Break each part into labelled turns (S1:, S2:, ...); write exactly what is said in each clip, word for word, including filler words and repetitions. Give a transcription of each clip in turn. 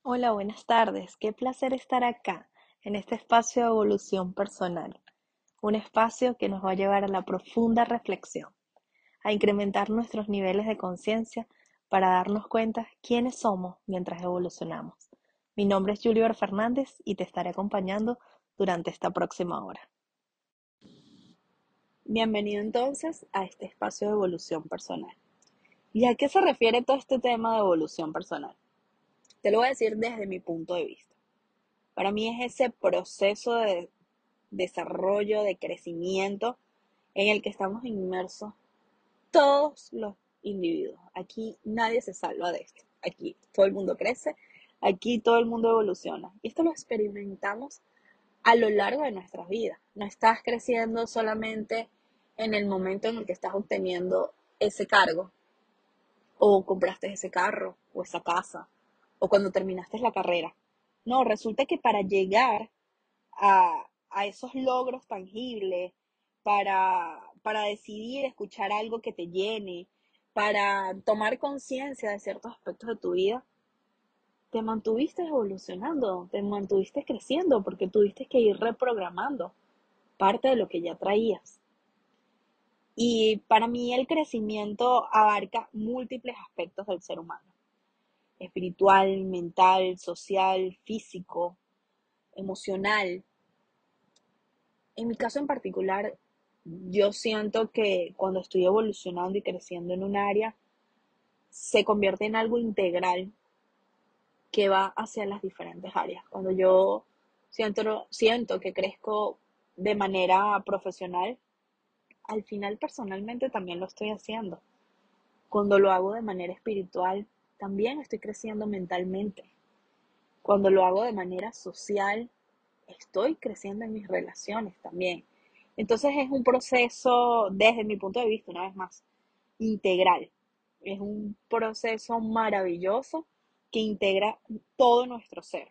S1: Hola, buenas tardes. Qué placer estar acá, en este espacio de evolución personal. Un espacio que nos va a llevar a la profunda reflexión, a incrementar nuestros niveles de conciencia para darnos cuenta quiénes somos mientras evolucionamos. Mi nombre es Juliver Fernández y te estaré acompañando durante esta próxima hora. Bienvenido entonces a este espacio de evolución personal. ¿Y a qué se refiere todo este tema de evolución personal? Te lo voy a decir desde mi punto de vista. Para mí es ese proceso de desarrollo, de crecimiento en el que estamos inmersos todos los individuos. Aquí nadie se salva de esto. Aquí todo el mundo crece, aquí todo el mundo evoluciona. Y esto lo experimentamos a lo largo de nuestras vidas. No estás creciendo solamente en el momento en el que estás obteniendo ese cargo, o compraste ese carro, o esa casa, o cuando terminaste la carrera. No, resulta que para llegar a, a esos logros tangibles, para, para decidir escuchar algo que te llene, para tomar conciencia de ciertos aspectos de tu vida, te mantuviste evolucionando, te mantuviste creciendo porque tuviste que ir reprogramando parte de lo que ya traías. Y para mí el crecimiento abarca múltiples aspectos del ser humano: espiritual, mental, social, físico, emocional. En mi caso en particular, yo siento que cuando estoy evolucionando y creciendo en un área, se convierte en algo integral que va hacia las diferentes áreas. Cuando yo siento, siento que crezco de manera profesional, al final personalmente también lo estoy haciendo. Cuando lo hago de manera espiritual, también estoy creciendo mentalmente. Cuando lo hago de manera social, estoy creciendo en mis relaciones también. Entonces es un proceso, desde mi punto de vista, una vez más, integral. Es un proceso maravilloso que integra todo nuestro ser.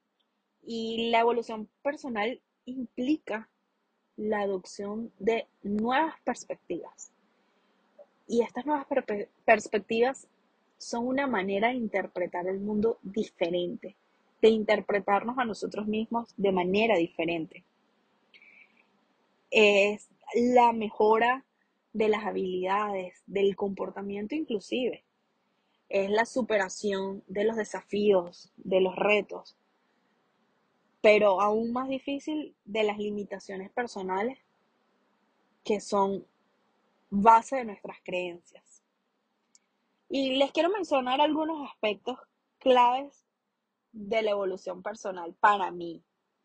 S1: Y la evolución personal implica la adopción de nuevas perspectivas. Y estas nuevas per- perspectivas son una manera de interpretar el mundo diferente, de interpretarnos a nosotros mismos de manera diferente. Es la mejora de las habilidades, del comportamiento inclusive. Es la superación de los desafíos, de los retos, pero aún más difícil de las limitaciones personales que son base de nuestras creencias. Y les quiero mencionar algunos aspectos claves de la evolución personal para mí: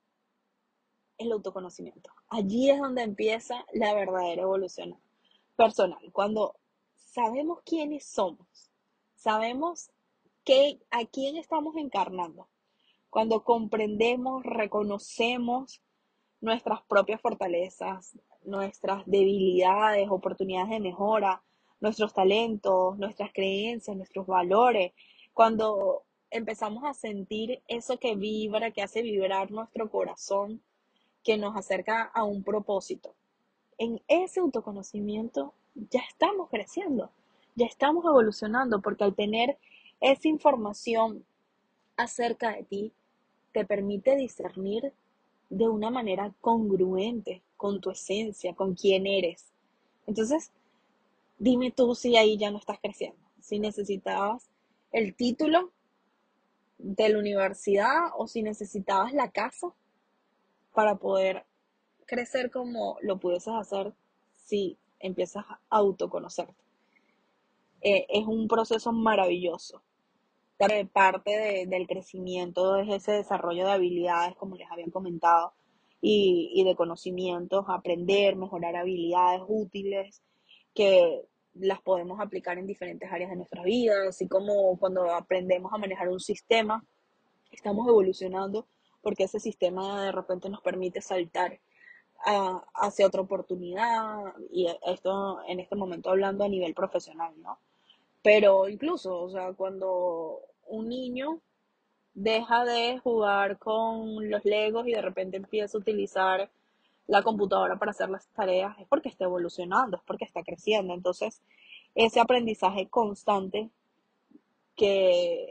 S1: el autoconocimiento. Allí es donde empieza la verdadera evolución personal. Cuando sabemos quiénes somos, sabemos qué, a quién estamos encarnando. Cuando comprendemos, reconocemos nuestras propias fortalezas, nuestras debilidades, oportunidades de mejora, nuestros talentos, nuestras creencias, nuestros valores. Cuando empezamos a sentir eso que vibra, que hace vibrar nuestro corazón, que nos acerca a un propósito. En ese autoconocimiento ya estamos creciendo, ya estamos evolucionando, porque al tener esa información acerca de ti, te permite discernir de una manera congruente con tu esencia, con quién eres. Entonces, dime tú si ahí ya no estás creciendo, si necesitabas el título de la universidad o si necesitabas la casa para poder crecer como lo pudieses hacer si empiezas a autoconocerte. Eh, es un proceso maravilloso. Parte de, del crecimiento es ese desarrollo de habilidades, como les habían comentado, y, y de conocimientos, aprender, mejorar habilidades útiles que las podemos aplicar en diferentes áreas de nuestra vida, así como cuando aprendemos a manejar un sistema, estamos evolucionando porque ese sistema de repente nos permite saltar a, hacia otra oportunidad, y esto en este momento hablando a nivel profesional, ¿no? Pero incluso, o sea, cuando un niño deja de jugar con los Legos y de repente empieza a utilizar la computadora para hacer las tareas, es porque está evolucionando, es porque está creciendo. Entonces, ese aprendizaje constante que,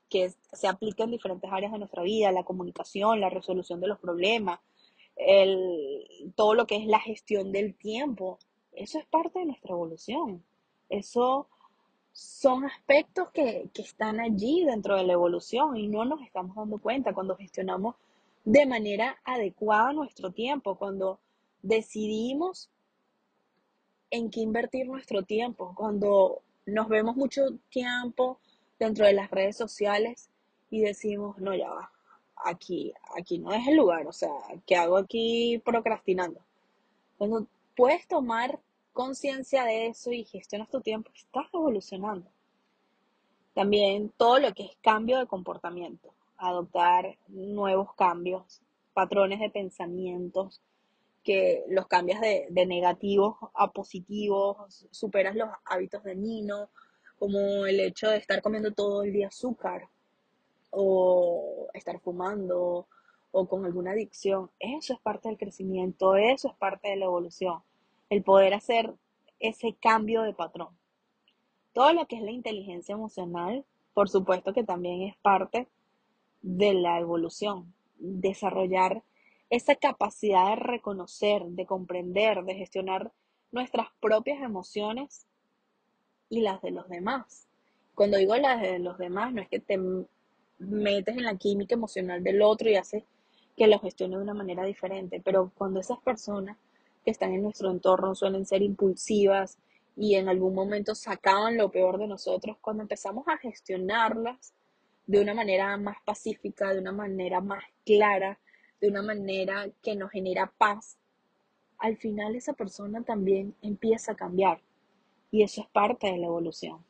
S1: que se aplica en diferentes áreas de nuestra vida, la comunicación, la resolución de los problemas, el, todo lo que es la gestión del tiempo. Eso es parte de nuestra evolución. Eso son aspectos que, que están allí dentro de la evolución y no nos estamos dando cuenta cuando gestionamos de manera adecuada nuestro tiempo, cuando decidimos en qué invertir nuestro tiempo, cuando nos vemos mucho tiempo dentro de las redes sociales y decimos, no, ya va, aquí, aquí no es el lugar, o sea, ¿qué hago aquí procrastinando? Cuando puedes tomar conciencia de eso y gestionas tu tiempo, estás evolucionando. También todo lo que es cambio de comportamiento, adoptar nuevos cambios, patrones de pensamientos, que los cambias de, de negativos a positivos, superas los hábitos de Nino, como el hecho de estar comiendo todo el día azúcar o estar fumando o con alguna adicción. Eso es parte del crecimiento, eso es parte de la evolución, el poder hacer ese cambio de patrón. Todo lo que es la inteligencia emocional, por supuesto que también es parte de la evolución, desarrollar esa capacidad de reconocer, de comprender, de gestionar nuestras propias emociones y las de los demás. Cuando digo las de los demás, no es que te metes en la química emocional del otro y haces que lo gestione de una manera diferente, pero cuando esas personas que están en nuestro entorno suelen ser impulsivas y en algún momento sacaban lo peor de nosotros, cuando empezamos a gestionarlas de una manera más pacífica, de una manera más clara, de una manera que nos genera paz, al final esa persona también empieza a cambiar y eso es parte de la evolución.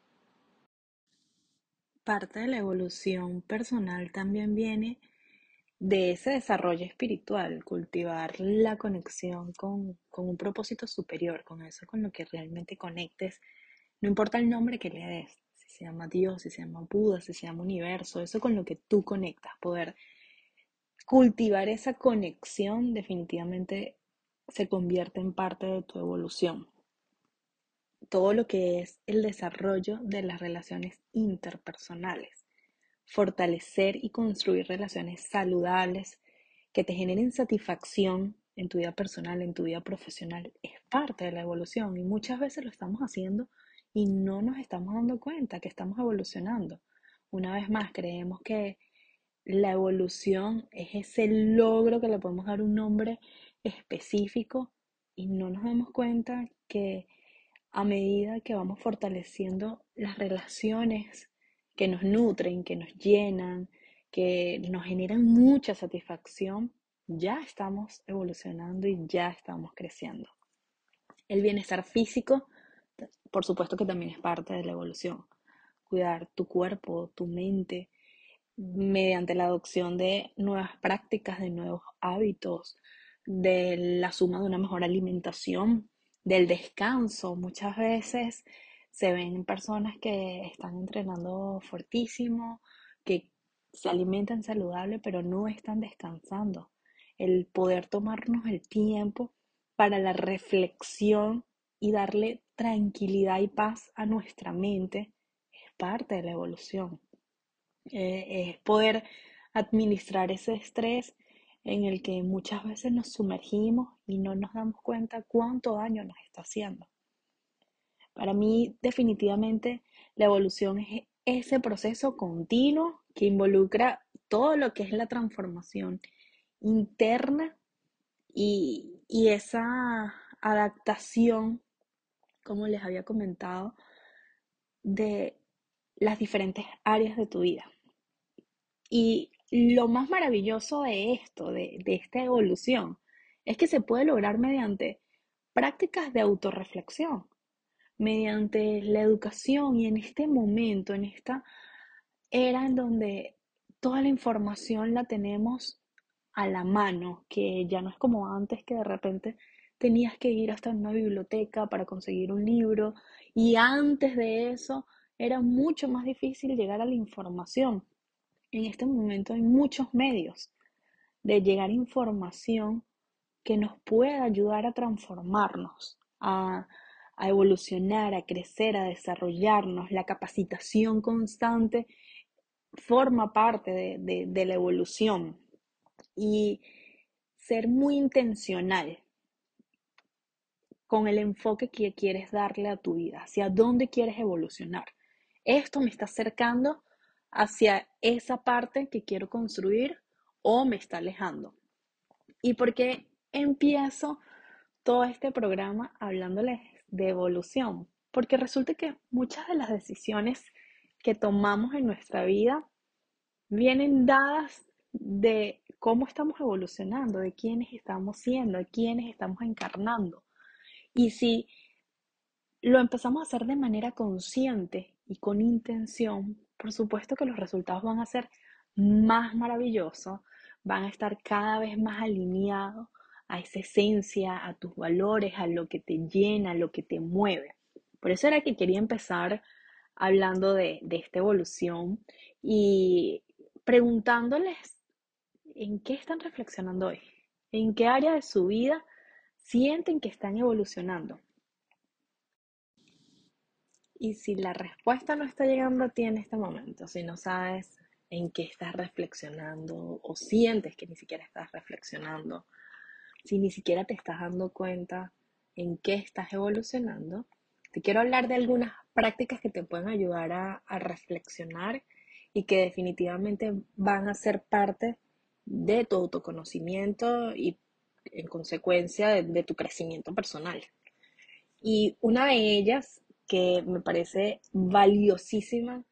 S1: Parte de la evolución personal también viene de ese desarrollo espiritual, cultivar la conexión con, con un propósito superior, con eso con lo que realmente conectes, no importa el nombre que le des, si se llama Dios, si se llama Buda, si se llama universo, eso con lo que tú conectas, poder cultivar esa conexión definitivamente se convierte en parte de tu evolución. Todo lo que es el desarrollo de las relaciones interpersonales, fortalecer y construir relaciones saludables que te generen satisfacción en tu vida personal, en tu vida profesional, es parte de la evolución y muchas veces lo estamos haciendo y no nos estamos dando cuenta que estamos evolucionando. Una vez más, creemos que la evolución es ese logro que le podemos dar un nombre específico y no nos damos cuenta que a medida que vamos fortaleciendo las relaciones que nos nutren, que nos llenan, que nos generan mucha satisfacción, ya estamos evolucionando y ya estamos creciendo. El bienestar físico, por supuesto que también es parte de la evolución. Cuidar tu cuerpo, tu mente, mediante la adopción de nuevas prácticas, de nuevos hábitos, de la suma de una mejor alimentación, del descanso. Muchas veces se ven personas que están entrenando fuertísimo, que se alimentan saludable, pero no están descansando. El poder tomarnos el tiempo para la reflexión y darle tranquilidad y paz a nuestra mente es parte de la evolución. Eh, es poder administrar ese estrés en el que muchas veces nos sumergimos y no nos damos cuenta cuánto daño nos está haciendo. Para mí, definitivamente, la evolución es ese proceso continuo que involucra todo lo que es la transformación interna y, y esa adaptación, como les había comentado, de las diferentes áreas de tu vida. Y lo más maravilloso de esto, de, de esta evolución, es que se puede lograr mediante prácticas de autorreflexión, mediante la educación y en este momento, en esta era en donde toda la información la tenemos a la mano, que ya no es como antes que de repente tenías que ir hasta una biblioteca para conseguir un libro y antes de eso era mucho más difícil llegar a la información. En este momento hay muchos medios de llegar a información que nos pueda ayudar a transformarnos, a, a evolucionar, a crecer, a desarrollarnos. La capacitación constante forma parte de, de, de la evolución y ser muy intencional con el enfoque que quieres darle a tu vida, hacia dónde quieres evolucionar. Esto me está acercando hacia esa parte que quiero construir o me está alejando. ¿Y por qué empiezo todo este programa hablándoles de evolución? Porque resulta que muchas de las decisiones que tomamos en nuestra vida vienen dadas de cómo estamos evolucionando, de quiénes estamos siendo, de quiénes estamos encarnando. Y si lo empezamos a hacer de manera consciente y con intención, por supuesto que los resultados van a ser más maravillosos, van a estar cada vez más alineados a esa esencia, a tus valores, a lo que te llena, a lo que te mueve. Por eso era que quería empezar hablando de, de esta evolución y preguntándoles en qué están reflexionando hoy, en qué área de su vida sienten que están evolucionando. Y si la respuesta no está llegando a ti en este momento, si no sabes en qué estás reflexionando o sientes que ni siquiera estás reflexionando, si ni siquiera te estás dando cuenta en qué estás evolucionando, te quiero hablar de algunas prácticas que te pueden ayudar a, a reflexionar y que definitivamente van a ser parte de tu autoconocimiento y en consecuencia de, de tu crecimiento personal. Y una de ellas que me parece valiosísima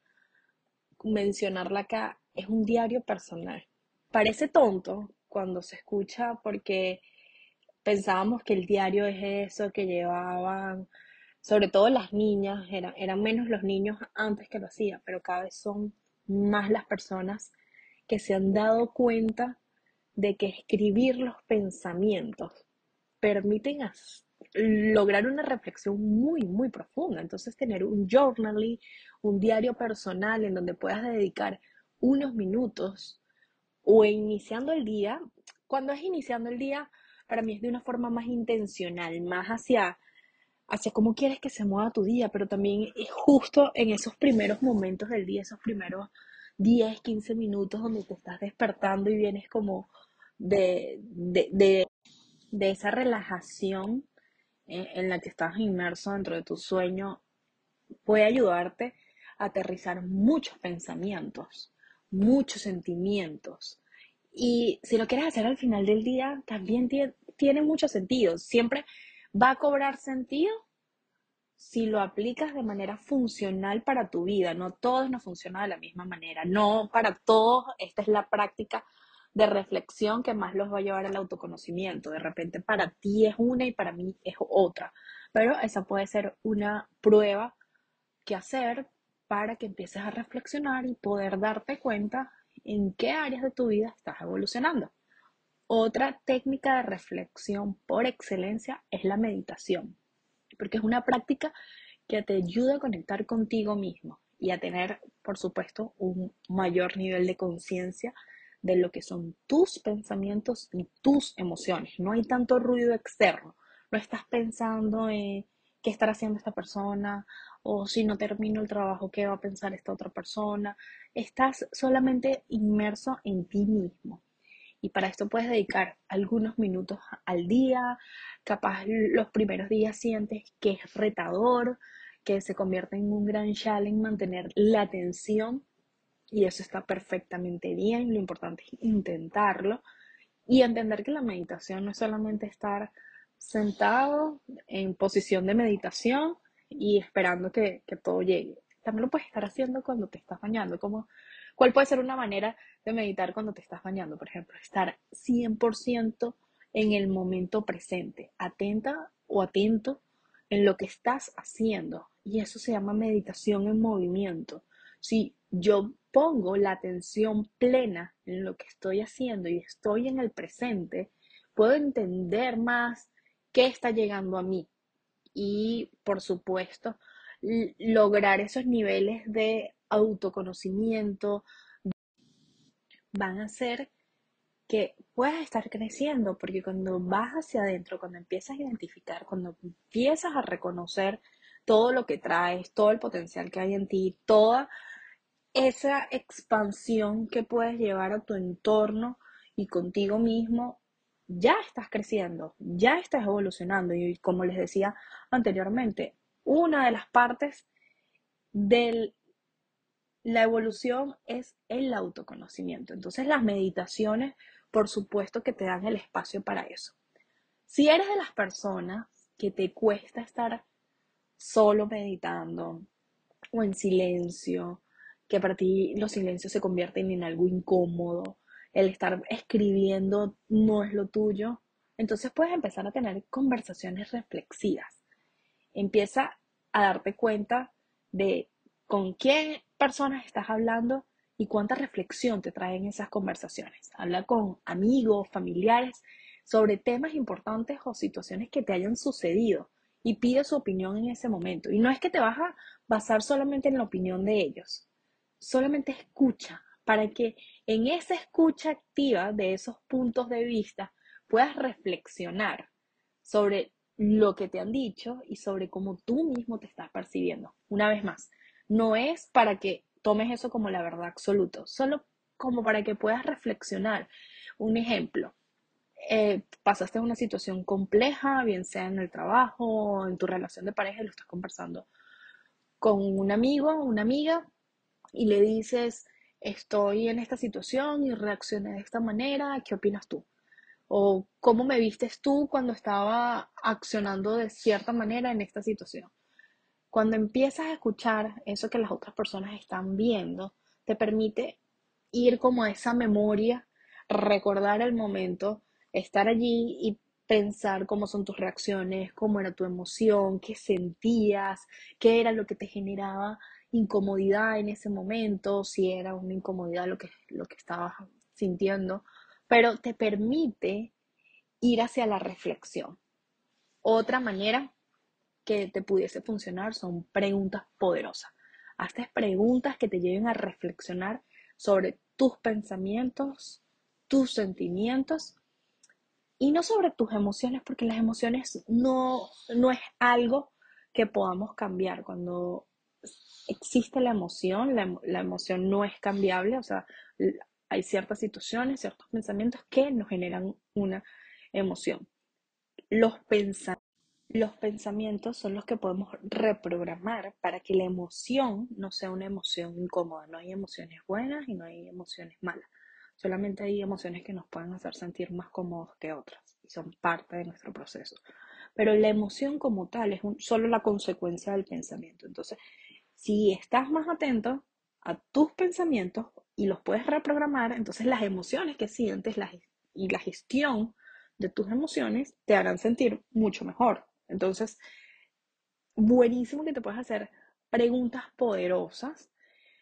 S1: mencionarla acá es un diario personal. Parece tonto cuando se escucha porque pensábamos que el diario es eso que llevaban, sobre todo las niñas, eran, eran menos los niños antes que lo hacían, pero cada vez son más las personas que se han dado cuenta de que escribir los pensamientos permiten as- lograr una reflexión muy, muy profunda. Entonces, tener un journaling, un diario personal en donde puedas dedicar unos minutos o iniciando el día. Cuando es iniciando el día, para mí es de una forma más intencional, más hacia, hacia cómo quieres que se mueva tu día, pero también es justo en esos primeros momentos del día, esos primeros diez quince minutos donde te estás despertando y vienes como de, de, de de esa relajación eh, en la que estás inmerso dentro de tu sueño, puede ayudarte a aterrizar muchos pensamientos, muchos sentimientos. Y si lo quieres hacer al final del día, también tiene, tiene mucho sentido. Siempre va a cobrar sentido si lo aplicas de manera funcional para tu vida. No todos nos funciona de la misma manera. No para todos esta es la práctica de reflexión que más los va a llevar al autoconocimiento. De repente para ti es una y para mí es otra. Pero esa puede ser una prueba que hacer para que empieces a reflexionar y poder darte cuenta en qué áreas de tu vida estás evolucionando. Otra técnica de reflexión por excelencia es la meditación, porque es una práctica que te ayuda a conectar contigo mismo y a tener, por supuesto, un mayor nivel de conciencia de lo que son tus pensamientos y tus emociones. No hay tanto ruido externo. No estás pensando en qué estará haciendo esta persona o si no termino el trabajo, qué va a pensar esta otra persona. Estás solamente inmerso en ti mismo. Y para esto puedes dedicar algunos minutos al día. Capaz los primeros días sientes que es retador, que se convierte en un gran challenge mantener la atención y eso está perfectamente bien. Lo importante es intentarlo y entender que la meditación no es solamente estar sentado en posición de meditación y esperando que, que todo llegue. También lo puedes estar haciendo cuando te estás bañando. Como, ¿cuál puede ser una manera de meditar cuando te estás bañando? Por ejemplo, estar cien por ciento en el momento presente, atenta o atento en lo que estás haciendo. Y eso se llama meditación en movimiento. Si yo pongo la atención plena en lo que estoy haciendo y estoy en el presente, puedo entender más qué está llegando a mí y, por supuesto, lograr esos niveles de autoconocimiento van a hacer que puedas estar creciendo, porque cuando vas hacia adentro, cuando empiezas a identificar, cuando empiezas a reconocer todo lo que traes, todo el potencial que hay en ti, toda esa expansión que puedes llevar a tu entorno y contigo mismo, ya estás creciendo, ya estás evolucionando. Y como les decía anteriormente, una de las partes de la evolución es el autoconocimiento. Entonces las meditaciones, por supuesto que te dan el espacio para eso. Si eres de las personas que te cuesta estar solo meditando, o en silencio, que para ti los silencios se convierten en algo incómodo, el estar escribiendo no es lo tuyo, entonces puedes empezar a tener conversaciones reflexivas. Empieza a darte cuenta de con qué personas estás hablando y cuánta reflexión te traen esas conversaciones. Habla con amigos, familiares, sobre temas importantes o situaciones que te hayan sucedido y pide su opinión en ese momento. Y no es que te vas a basar solamente en la opinión de ellos, solamente escucha para que en esa escucha activa de esos puntos de vista puedas reflexionar sobre lo que te han dicho y sobre cómo tú mismo te estás percibiendo. Una vez más, no es para que tomes eso como la verdad absoluta, solo como para que puedas reflexionar. Un ejemplo, eh, pasaste una situación compleja, bien sea en el trabajo o en tu relación de pareja, y lo estás conversando con un amigo, una amiga, y le dices, estoy en esta situación y reaccioné de esta manera, ¿qué opinas tú? O cómo me vistes tú cuando estaba accionando de cierta manera en esta situación. Cuando empiezas a escuchar eso que las otras personas están viendo, te permite ir como a esa memoria, recordar el momento, estar allí y pensar cómo son tus reacciones, cómo era tu emoción, qué sentías, qué era lo que te generaba incomodidad en ese momento, si era una incomodidad lo que, lo que estabas sintiendo, pero te permite ir hacia la reflexión. Otra manera que te pudiese funcionar son preguntas poderosas. Hazte preguntas que te lleven a reflexionar sobre tus pensamientos, tus sentimientos y no sobre tus emociones, porque las emociones no, no es algo que podamos cambiar. Cuando existe la emoción, la, la emoción no es cambiable, o sea, hay ciertas situaciones, ciertos pensamientos que nos generan una emoción. Los pensamientos los pensamientos son los que podemos reprogramar para que la emoción no sea una emoción incómoda. No hay emociones buenas y no hay emociones malas. Solamente hay emociones que nos pueden hacer sentir más cómodos que otras y son parte de nuestro proceso. Pero la emoción como tal es un, solo la consecuencia del pensamiento. Entonces, si estás más atento a tus pensamientos y los puedes reprogramar, entonces las emociones que sientes la, y la gestión de tus emociones te harán sentir mucho mejor. Entonces, buenísimo que te puedas hacer preguntas poderosas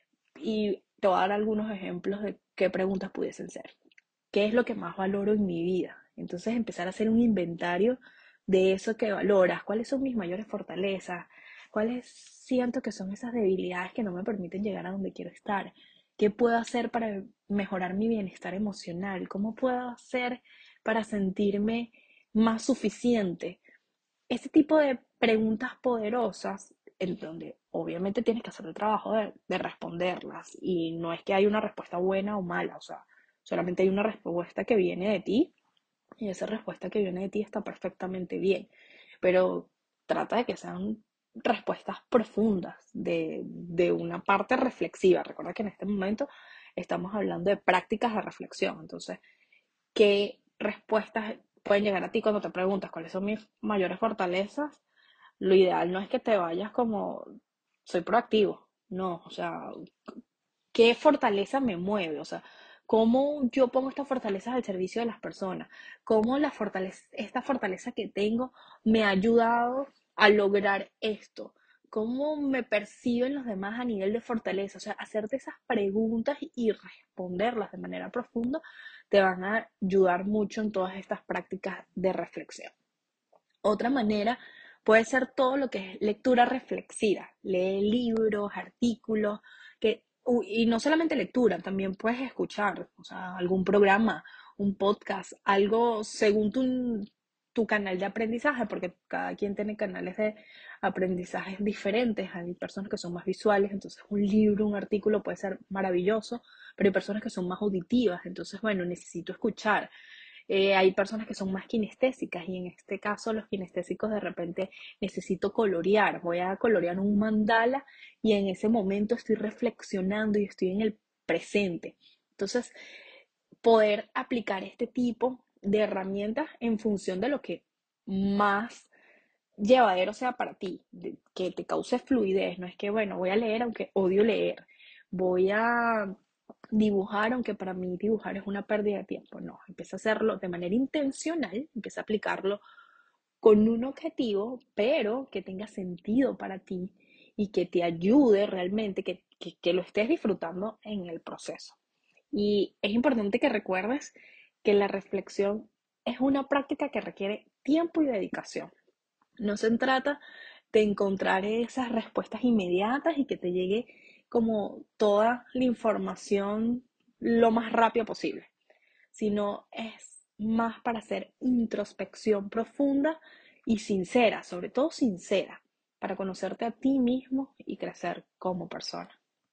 S1: y te voy a dar algunos ejemplos de qué preguntas pudiesen ser. ¿Qué es lo que más valoro en mi vida? Entonces, empezar a hacer un inventario de eso que valoras. ¿Cuáles son mis mayores fortalezas? ¿Cuáles siento que son esas debilidades que no me permiten llegar a donde quiero estar? ¿Qué puedo hacer para mejorar mi bienestar emocional? ¿Cómo puedo hacer para sentirme más suficiente? Ese tipo de preguntas poderosas, en donde obviamente tienes que hacer el trabajo de, de responderlas, y no es que hay una respuesta buena o mala, o sea, solamente hay una respuesta que viene de ti, y esa respuesta que viene de ti está perfectamente bien, pero trata de que sean respuestas profundas, de, de una parte reflexiva. Recuerda que en este momento estamos hablando de prácticas de reflexión, entonces, ¿qué respuestas pueden llegar a ti cuando te preguntas cuáles son mis mayores fortalezas? Lo ideal no es que te vayas como, soy proactivo, no, o sea, ¿qué fortaleza me mueve? O sea, ¿cómo yo pongo estas fortalezas al servicio de las personas? ¿Cómo la fortaleza, esta fortaleza que tengo me ha ayudado a lograr esto? ¿Cómo me perciben los demás a nivel de fortaleza? O sea, hacerte esas preguntas y responderlas de manera profunda te van a ayudar mucho en todas estas prácticas de reflexión. Otra manera puede ser todo lo que es lectura reflexiva. Lee libros, artículos, que, y no solamente lectura, también puedes escuchar, o sea, algún programa, un podcast, algo según tu, tu canal de aprendizaje, porque cada quien tiene canales de aprendizajes diferentes. Hay personas que son más visuales, entonces un libro, un artículo puede ser maravilloso, pero hay personas que son más auditivas, entonces, bueno, necesito escuchar. Eh, hay personas que son más kinestésicas y en este caso los kinestésicos de repente necesito colorear, voy a colorear un mandala y en ese momento estoy reflexionando y estoy en el presente. Entonces, poder aplicar este tipo de herramientas en función de lo que más llevadero sea para ti, de- que te cause fluidez. No es que, bueno, voy a leer aunque odio leer, voy a dibujar aunque para mí dibujar es una pérdida de tiempo. No, empieza a hacerlo de manera intencional, empieza a aplicarlo con un objetivo, pero que tenga sentido para ti y que te ayude realmente, que, que, que lo estés disfrutando en el proceso. Y es importante que recuerdes que la reflexión es una práctica que requiere tiempo y dedicación. No se trata de encontrar esas respuestas inmediatas y que te llegue como toda la información lo más rápido posible, sino es más para hacer introspección profunda y sincera, sobre todo sincera, para conocerte a ti mismo y crecer como persona.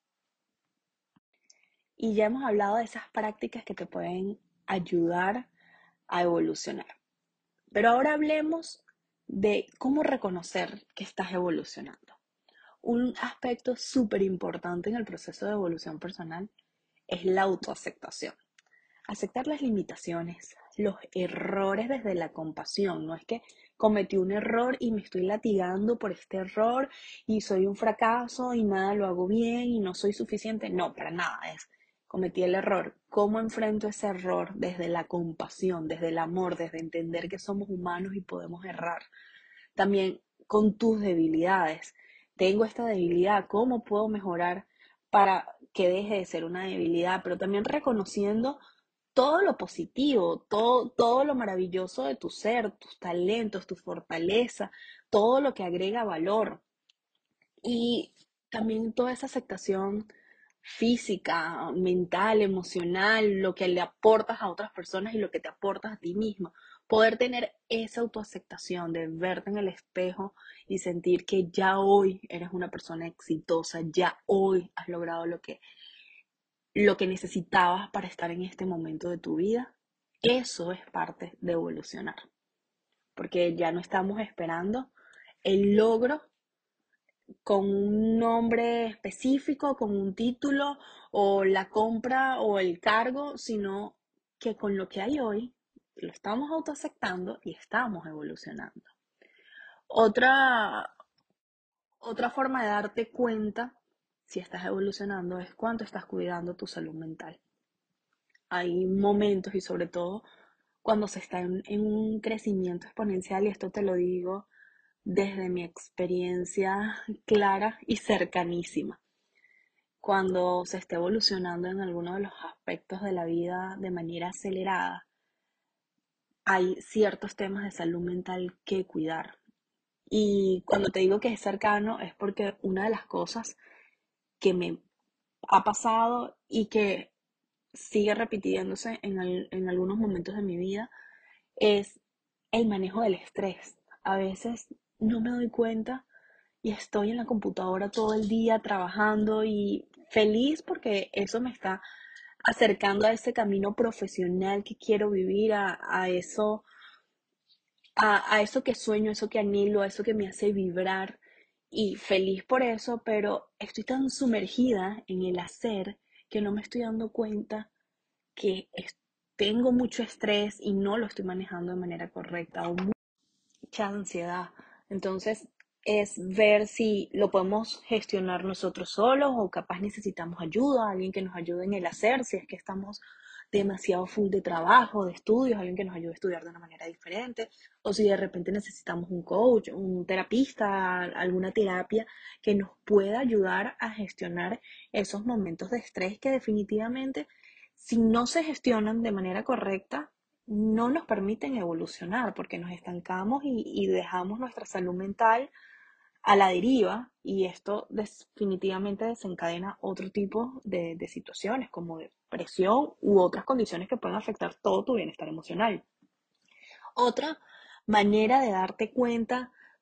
S1: Y ya hemos hablado de esas prácticas que te pueden ayudar a evolucionar. Pero ahora hablemos de cómo reconocer que estás evolucionando. Un aspecto súper importante en el proceso de evolución personal es la autoaceptación. Aceptar las limitaciones, los errores desde la compasión. No es que cometí un error y me estoy latigando por este error y soy un fracaso y nada lo hago bien y no soy suficiente. No, para nada. Es cometí el error. ¿Cómo enfrento ese error desde la compasión, desde el amor, desde entender que somos humanos y podemos errar? También con tus debilidades. Tengo esta debilidad, ¿cómo puedo mejorar para que deje de ser una debilidad? Pero también reconociendo todo lo positivo, todo, todo lo maravilloso de tu ser, tus talentos, tu fortaleza, todo lo que agrega valor. Y también toda esa aceptación física, mental, emocional, lo que le aportas a otras personas y lo que te aportas a ti mismo. Poder tener esa autoaceptación de verte en el espejo y sentir que ya hoy eres una persona exitosa, ya hoy has logrado lo que lo que necesitabas para estar en este momento de tu vida, eso es parte de evolucionar, porque ya no estamos esperando el logro con un nombre específico, con un título o la compra o el cargo, sino que con lo que hay hoy lo estamos autoaceptando y estamos evolucionando. Otra, otra forma de darte cuenta si estás evolucionando es cuánto estás cuidando tu salud mental. Hay momentos y sobre todo cuando se está en, en un crecimiento exponencial, y esto te lo digo desde mi experiencia clara y cercanísima. Cuando se está evolucionando en alguno de los aspectos de la vida de manera acelerada, hay ciertos temas de salud mental que cuidar. Y cuando te digo que es cercano es porque una de las cosas que me ha pasado y que sigue repitiéndose en, el- en algunos momentos de mi vida es el manejo del estrés. A veces no me doy cuenta y estoy en la computadora todo el día trabajando y feliz porque eso me está acercando a ese camino profesional que quiero vivir, a, a eso, a, a eso que sueño, a eso que anhelo, a eso que me hace vibrar y feliz por eso, pero estoy tan sumergida en el hacer que no me estoy dando cuenta que es- tengo mucho estrés y no lo estoy manejando de manera correcta o mucha ansiedad. Entonces, es ver si lo podemos gestionar nosotros solos o capaz necesitamos ayuda, alguien que nos ayude en el hacer, si es que estamos demasiado full de trabajo, de estudios, alguien que nos ayude a estudiar de una manera diferente, o si de repente necesitamos un coach, un terapista, alguna terapia que nos pueda ayudar a gestionar esos momentos de estrés que definitivamente, si no se gestionan de manera correcta, no nos permiten evolucionar porque nos estancamos y, y dejamos nuestra salud mental a la deriva y esto definitivamente desencadena otro tipo de, de situaciones como depresión u otras condiciones que pueden afectar todo tu bienestar emocional. Otra manera de darte cuenta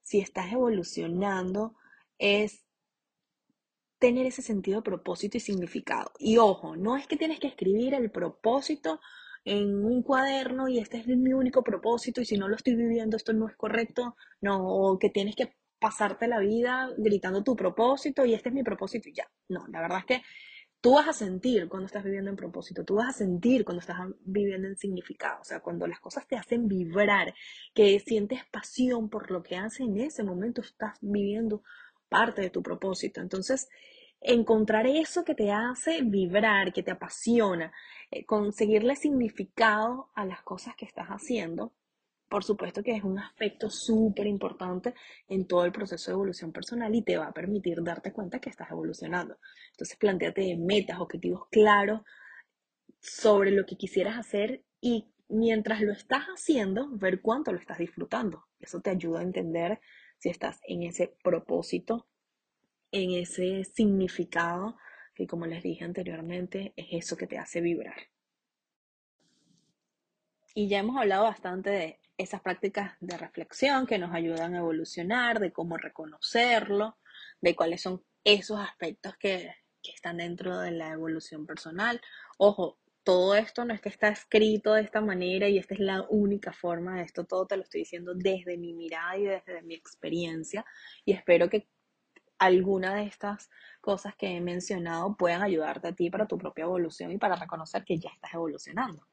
S1: si estás evolucionando, es tener ese sentido de propósito y significado. Y ojo, no es que tienes que escribir el propósito en un cuaderno y este es mi único propósito y si no lo estoy viviendo esto no es correcto, no, o que tienes que pasarte la vida gritando tu propósito y este es mi propósito y ya. No, la verdad es que tú vas a sentir cuando estás viviendo en propósito, tú vas a sentir cuando estás viviendo en significado, o sea, cuando las cosas te hacen vibrar, que sientes pasión por lo que haces en ese momento, estás viviendo parte de tu propósito. Entonces, encontrar eso que te hace vibrar, que te apasiona, eh, conseguirle significado a las cosas que estás haciendo, por supuesto que es un aspecto súper importante en todo el proceso de evolución personal y te va a permitir darte cuenta que estás evolucionando. Entonces, plantéate metas, objetivos claros sobre lo que quisieras hacer y mientras lo estás haciendo, ver cuánto lo estás disfrutando. Eso te ayuda a entender si estás en ese propósito, en ese significado que, como les dije anteriormente, es eso que te hace vibrar. Y ya hemos hablado bastante de esas prácticas de reflexión que nos ayudan a evolucionar, de cómo reconocerlo, de cuáles son esos aspectos que, que están dentro de la evolución personal. Ojo, todo esto no es que está escrito de esta manera y esta es la única forma de esto, todo te lo estoy diciendo desde mi mirada y desde mi experiencia y espero que alguna de estas cosas que he mencionado puedan ayudarte a ti para tu propia evolución y para reconocer que ya estás evolucionando.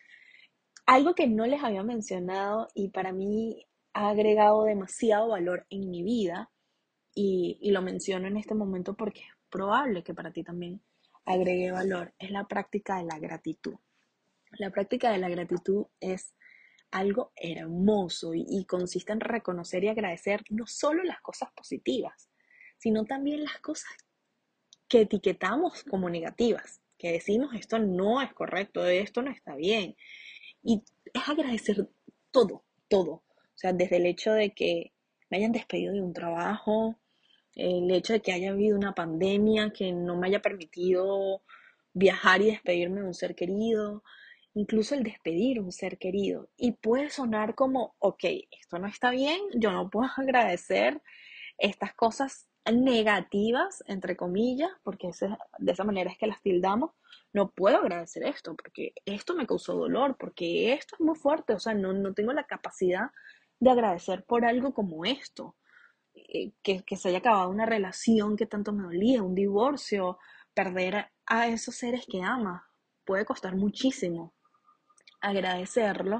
S1: Algo que no les había mencionado y para mí ha agregado demasiado valor en mi vida y, y lo menciono en este momento porque es probable que para ti también agregue valor, es la práctica de la gratitud. La práctica de la gratitud es algo hermoso y, y consiste en reconocer y agradecer no solo las cosas positivas, sino también las cosas que etiquetamos como negativas, que decimos esto no es correcto, esto no está bien. Y es agradecer todo, todo. O sea, desde el hecho de que me hayan despedido de un trabajo, el hecho de que haya habido una pandemia que no me haya permitido viajar y despedirme de un ser querido, incluso el despedir a un ser querido. Y puede sonar como, ok, esto no está bien, yo no puedo agradecer estas cosas negativas, entre comillas, porque ese- de esa manera es que las tildamos, no puedo agradecer esto, porque esto me causó dolor, porque esto es muy fuerte, o sea, no, no tengo la capacidad de agradecer por algo como esto, eh, que, que se haya acabado una relación que tanto me dolía, un divorcio, perder a, a esos seres que amas, puede costar muchísimo agradecerlo,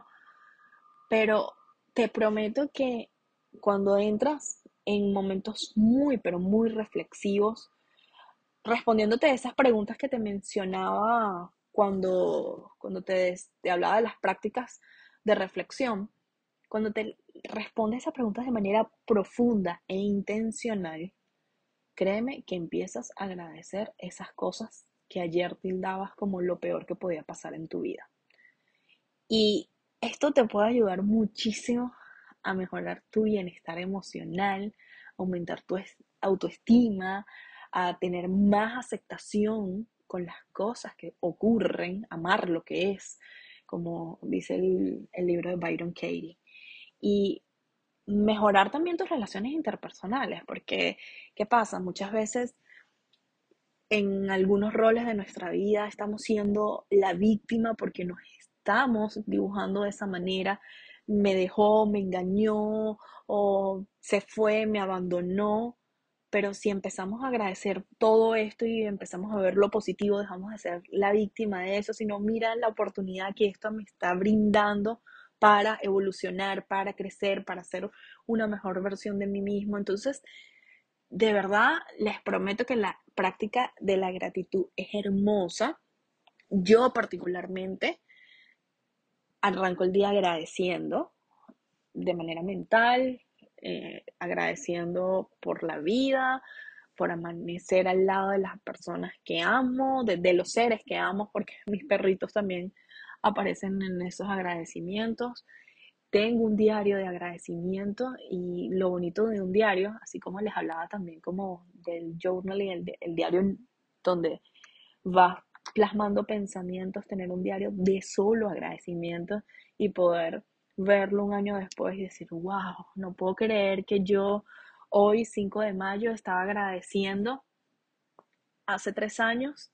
S1: pero te prometo que cuando entras en momentos muy, pero muy reflexivos, respondiéndote a esas preguntas que te mencionaba cuando, cuando te, te hablaba de las prácticas de reflexión, cuando te respondes esas preguntas de manera profunda e intencional, créeme que empiezas a agradecer esas cosas que ayer tildabas como lo peor que podía pasar en tu vida. Y esto te puede ayudar muchísimo a mejorar tu bienestar emocional, aumentar tu autoestima, a tener más aceptación con las cosas que ocurren, amar lo que es, como dice el, el libro de Byron Katie. Y mejorar también tus relaciones interpersonales, porque ¿qué pasa? Muchas veces en algunos roles de nuestra vida estamos siendo la víctima porque nos estamos dibujando de esa manera. Me dejó, me engañó o se fue, me abandonó. Pero si empezamos a agradecer todo esto y empezamos a ver lo positivo, dejamos de ser la víctima de eso, sino mira la oportunidad que esto me está brindando para evolucionar, para crecer, para ser una mejor versión de mí mismo. Entonces, de verdad, les prometo que la práctica de la gratitud es hermosa. Yo particularmente arranco el día agradeciendo de manera mental, eh, agradeciendo por la vida, por amanecer al lado de las personas que amo, de, de los seres que amo, porque mis perritos también aparecen en esos agradecimientos. Tengo un diario de agradecimiento y lo bonito de un diario, así como les hablaba también como del journaling, el, el diario donde vas plasmando pensamientos, tener un diario de solo agradecimiento y poder verlo un año después y decir, wow, no puedo creer que yo hoy, cinco de mayo, estaba agradeciendo hace tres años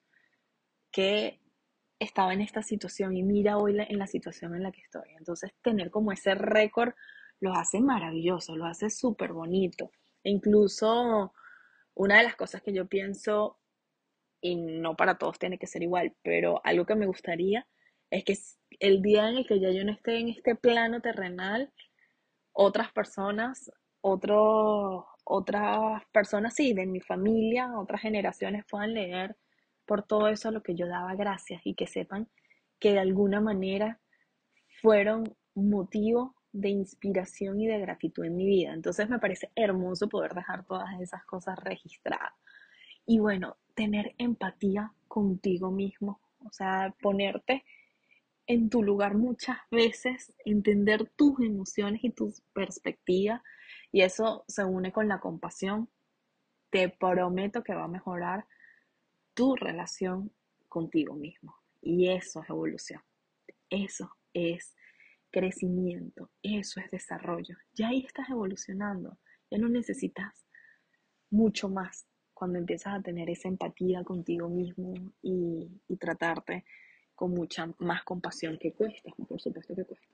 S1: que estaba en esta situación y mira hoy la- en la situación en la que estoy. Entonces, tener como ese récord lo hace maravilloso, lo hace súper bonito. E incluso una de las cosas que yo pienso, y no para todos tiene que ser igual, pero algo que me gustaría es que s- el día en el que ya yo no esté en este plano terrenal, otras personas, otros, otras personas, sí, de mi familia, otras generaciones puedan leer por todo eso a lo que yo daba gracias y que sepan que de alguna manera fueron motivo de inspiración y de gratitud en mi vida. Entonces me parece hermoso poder dejar todas esas cosas registradas. Y bueno, tener empatía contigo mismo, o sea, ponerte en tu lugar muchas veces, entender tus emociones y tus perspectivas, y eso se une con la compasión. Te prometo que va a mejorar tu relación contigo mismo. Y eso es evolución, eso es crecimiento, eso es desarrollo. Ya ahí estás evolucionando, ya no necesitas mucho más cuando empiezas a tener esa empatía contigo mismo y, y tratarte con mucha más compasión, que cuesta, por supuesto que cuesta.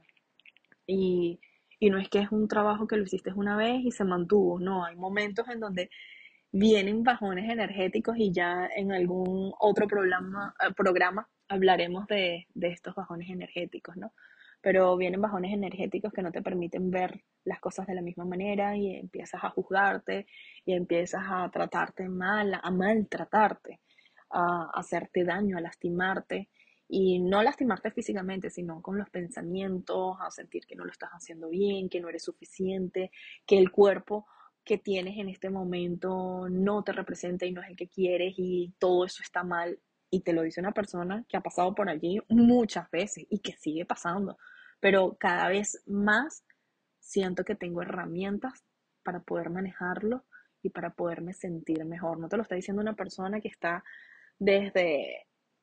S1: Y, y no es que es un trabajo que lo hiciste una vez y se mantuvo, no, hay momentos en donde vienen bajones energéticos y ya en algún otro programa, eh, programa hablaremos de, de estos bajones energéticos, ¿no? Pero vienen bajones energéticos que no te permiten ver las cosas de la misma manera y empiezas a juzgarte y empiezas a tratarte mal, a maltratarte, a hacerte daño, a lastimarte. Y no lastimarte físicamente, sino con los pensamientos, a sentir que no lo estás haciendo bien, que no eres suficiente, que el cuerpo que tienes en este momento no te representa y no es el que quieres y todo eso está mal. Y te lo dice una persona que ha pasado por allí muchas veces y que sigue pasando. Pero cada vez más siento que tengo herramientas para poder manejarlo y para poderme sentir mejor. No te lo está diciendo una persona que está desde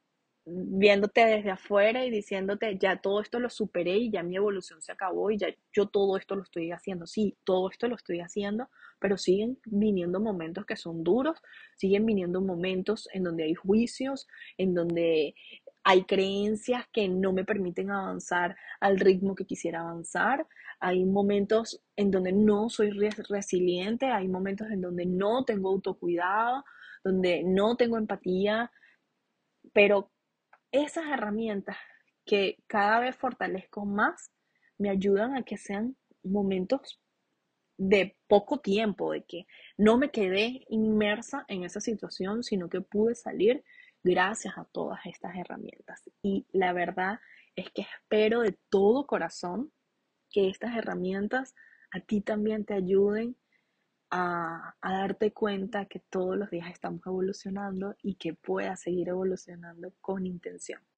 S1: viéndote desde afuera y diciéndote, ya todo esto lo superé y ya mi evolución se acabó y ya yo todo esto lo estoy haciendo. Sí, todo esto lo estoy haciendo, pero siguen viniendo momentos que son duros, siguen viniendo momentos en donde hay juicios, en donde hay creencias que no me permiten avanzar al ritmo que quisiera avanzar. Hay momentos en donde no soy resiliente, hay momentos en donde no tengo autocuidado, donde no tengo empatía, pero esas herramientas que cada vez fortalezco más me ayudan a que sean momentos de poco tiempo, de que no me quedé inmersa en esa situación, sino que pude salir gracias a todas estas herramientas. Y la verdad es que espero de todo corazón que estas herramientas a ti también te ayuden a, a darte cuenta que todos los días estamos evolucionando y que puedas seguir evolucionando con intención.